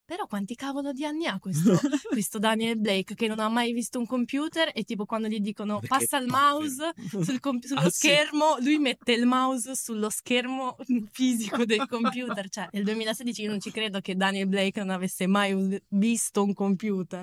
Però quanti cavolo di anni ha questo Daniel Blake che non ha mai visto un computer e tipo quando gli dicono Perché passa il mouse sullo schermo, lui mette il mouse sullo schermo fisico del computer. Cioè, nel 2016 io non ci credo che Daniel Blake non avesse mai visto un computer.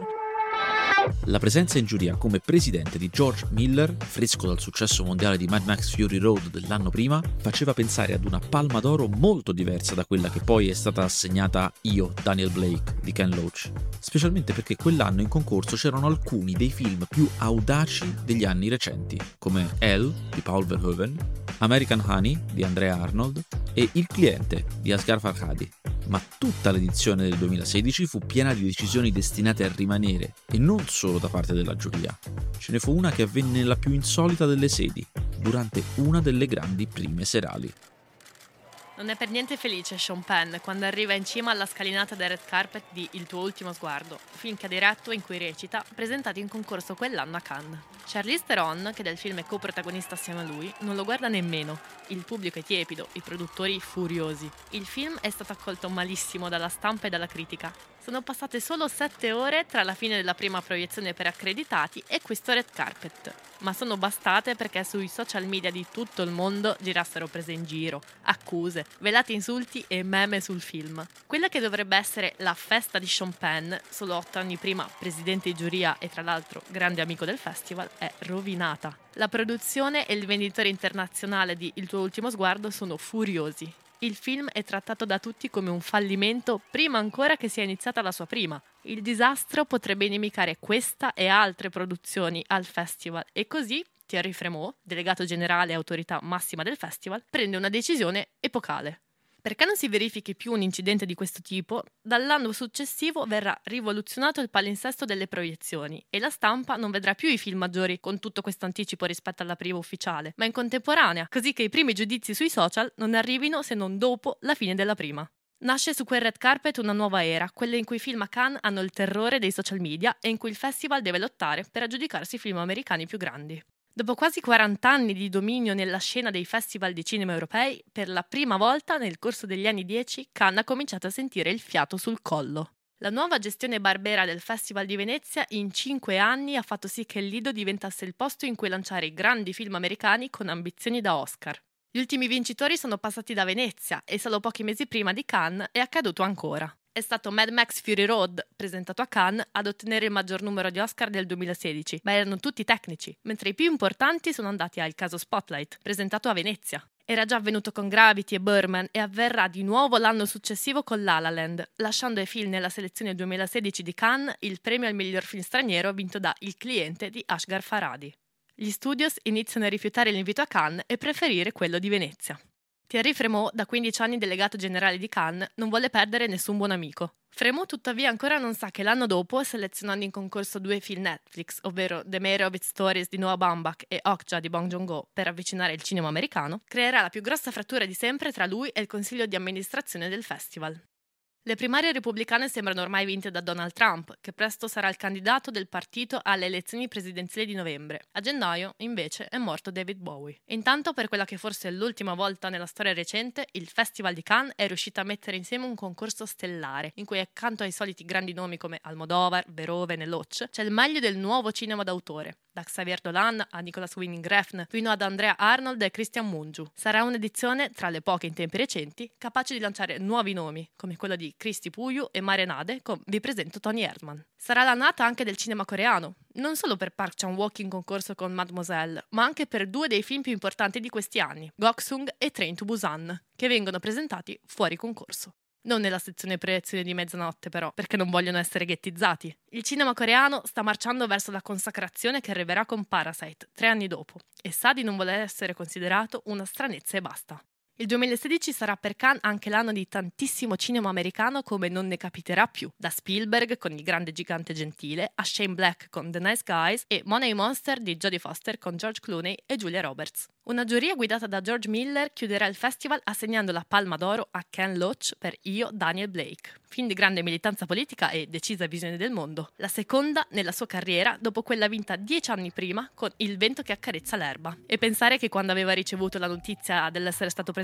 La presenza in giuria come presidente di George Miller, fresco dal successo mondiale di Mad Max Fury Road dell'anno prima, faceva pensare ad una palma d'oro molto diversa da quella che poi è stata assegnata a Io, Daniel Blake, di Ken Loach. Specialmente perché quell'anno in concorso c'erano alcuni dei film più audaci degli anni recenti, come Elle, di Paul Verhoeven, American Honey, di Andrea Arnold, e Il cliente, di Asghar Farhadi. Ma tutta l'edizione del 2016 fu piena di decisioni destinate a rimanere, e non solo da parte della giuria. Ce ne fu una che avvenne nella più insolita delle sedi, durante una delle grandi prime serali. Non è per niente felice Sean Penn quando arriva in cima alla scalinata del red carpet di Il tuo ultimo sguardo, film che ha diretto in cui recita, presentato in concorso quell'anno a Cannes. Charlize Theron, che del film è coprotagonista assieme a lui, non lo guarda nemmeno. Il pubblico è tiepido, i produttori furiosi. Il film è stato accolto malissimo dalla stampa e dalla critica. Sono passate solo 7 ore tra la fine della prima proiezione per accreditati e questo red carpet, ma sono bastate perché sui social media di tutto il mondo girassero prese in giro, accuse, velati insulti e meme sul film. Quella che dovrebbe essere la festa di Sean Penn, solo 8 anni prima presidente di giuria e tra l'altro grande amico del festival, è rovinata. La produzione e il venditore internazionale di Il tuo ultimo sguardo sono furiosi. Il film è trattato da tutti come un fallimento prima ancora che sia iniziata la sua prima. Il disastro potrebbe inimicare questa e altre produzioni al festival e così Thierry Frémaux, delegato generale e autorità massima del festival, prende una decisione epocale. Perché non si verifichi più un incidente di questo tipo, dall'anno successivo verrà rivoluzionato il palinsesto delle proiezioni e la stampa non vedrà più i film maggiori con tutto questo anticipo rispetto alla prima ufficiale, ma in contemporanea, così che i primi giudizi sui social non arrivino se non dopo la fine della prima. Nasce su quel red carpet una nuova era, quella in cui i film a Cannes hanno il terrore dei social media e in cui il festival deve lottare per aggiudicarsi i film americani più grandi. Dopo quasi 40 anni di dominio nella scena dei festival di cinema europei, per la prima volta nel corso degli anni 10 Cannes ha cominciato a sentire il fiato sul collo. La nuova gestione barbera del Festival di Venezia in 5 anni ha fatto sì che il Lido diventasse il posto in cui lanciare i grandi film americani con ambizioni da Oscar. Gli ultimi vincitori sono passati da Venezia e solo pochi mesi prima di Cannes è accaduto ancora. È stato Mad Max Fury Road, presentato a Cannes, ad ottenere il maggior numero di Oscar del 2016, ma erano tutti tecnici, mentre i più importanti sono andati al caso Spotlight, presentato a Venezia. Era già avvenuto con Gravity e Birdman e avverrà di nuovo l'anno successivo con La La Land, lasciando ai film nella selezione 2016 di Cannes il premio al miglior film straniero vinto da Il cliente di Asghar Farhadi. Gli studios iniziano a rifiutare l'invito a Cannes e preferire quello di Venezia. Thierry Frémaux, da 15 anni delegato generale di Cannes, non vuole perdere nessun buon amico. Frémaux tuttavia ancora non sa che l'anno dopo, selezionando in concorso 2 film Netflix, ovvero The Meyerowitz Stories di Noah Baumbach e Okja di Bong Joon-ho, per avvicinare il cinema americano, creerà la più grossa frattura di sempre tra lui e il consiglio di amministrazione del festival. Le primarie repubblicane sembrano ormai vinte da Donald Trump, che presto sarà il candidato del partito alle elezioni presidenziali di novembre. A gennaio, invece, è morto David Bowie. Intanto, per quella che forse è l'ultima volta nella storia recente, il Festival di Cannes è riuscito a mettere insieme un concorso stellare, in cui accanto ai soliti grandi nomi come Almodovar, Verhoeven e Loach, c'è il meglio del nuovo cinema d'autore, da Xavier Dolan a Nicolas Winding Refn, fino ad Andrea Arnold e Christian Mungiu. Sarà un'edizione, tra le poche in tempi recenti, capace di lanciare nuovi nomi, come quello di Cristi Puiu e Mare Nade con Vi presento Tony Erdmann. Sarà l'annata anche del cinema coreano, non solo per Park Chan-wook in concorso con Mademoiselle, ma anche per 2 dei film più importanti di questi anni, Gokseong e Train to Busan, che vengono presentati fuori concorso. Non nella sezione proiezione di mezzanotte però, perché non vogliono essere ghettizzati. Il cinema coreano sta marciando verso la consacrazione che arriverà con Parasite, 3 anni dopo, e sa di non voler essere considerato una stranezza e basta. Il 2016 sarà per Cannes anche l'anno di tantissimo cinema americano come non ne capiterà più, da Spielberg con Il grande gigante gentile, a Shane Black con The Nice Guys e Money Monster di Jodie Foster con George Clooney e Julia Roberts. Una giuria guidata da George Miller chiuderà il festival assegnando la Palma d'Oro a Ken Loach per Io, Daniel Blake, film di grande militanza politica e decisa visione del mondo, la seconda nella sua carriera dopo quella vinta 10 anni prima con Il vento che accarezza l'erba. E pensare che quando aveva ricevuto la notizia dell'essere stato preso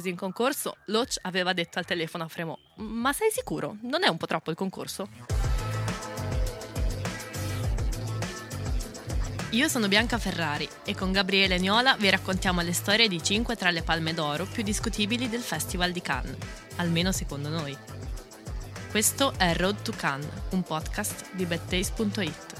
preso in concorso, Loach aveva detto al telefono a Frémaux: ma sei sicuro? Non è un po' troppo il concorso? Io sono Bianca Ferrari e con Gabriele Niola vi raccontiamo le storie di 5 tra le palme d'oro più discutibili del Festival di Cannes, almeno secondo noi. Questo è Road to Cannes, un podcast di badtaste.it.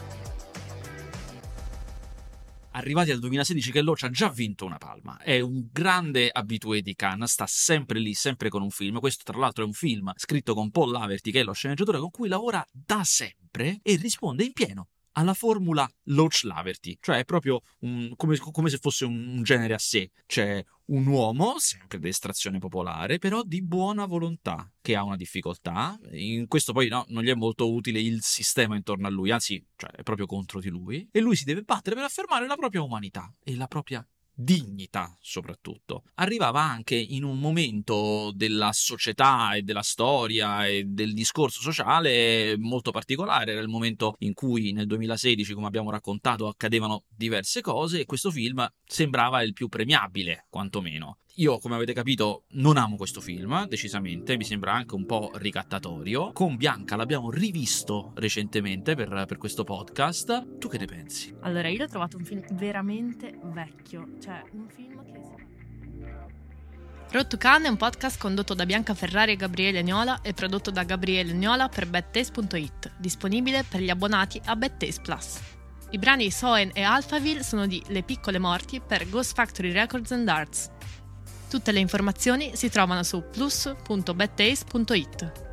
Arrivati al 2016 che Loach ha già vinto una palma, è un grande abitué di Cannes, sta sempre lì, sempre con un film. Questo tra l'altro è un film scritto con Paul Laverty, che è lo sceneggiatore con cui lavora da sempre e risponde in pieno alla formula Loach-Laverty, cioè è proprio come se fosse un genere a sé. C'è un uomo, sempre di estrazione popolare, però di buona volontà, che ha una difficoltà. In questo poi non gli è molto utile il sistema intorno a lui, anzi, cioè, è proprio contro di lui, e lui si deve battere per affermare la propria umanità e la propria dignità, soprattutto. Arrivava anche in un momento della società e della storia e del discorso sociale molto particolare. Era il momento in cui nel 2016, come abbiamo raccontato, accadevano diverse cose e questo film sembrava il più premiabile, quantomeno. Io, come avete capito, non amo questo film, decisamente, mi sembra anche un po' ricattatorio. Con Bianca l'abbiamo rivisto recentemente per questo podcast. Tu che ne pensi? Allora, io l'ho trovato un film veramente vecchio, cioè un film che... Road to Cannes è un podcast condotto da Bianca Ferrari e Gabriele Niola e prodotto da Gabriele Niola per badtaste.it, disponibile per gli abbonati a Badtaste Plus. I brani Soen e Alphaville sono di Le Piccole Morti per Ghost Factory Records and Arts. Tutte le informazioni si trovano su plus.badtaste.it.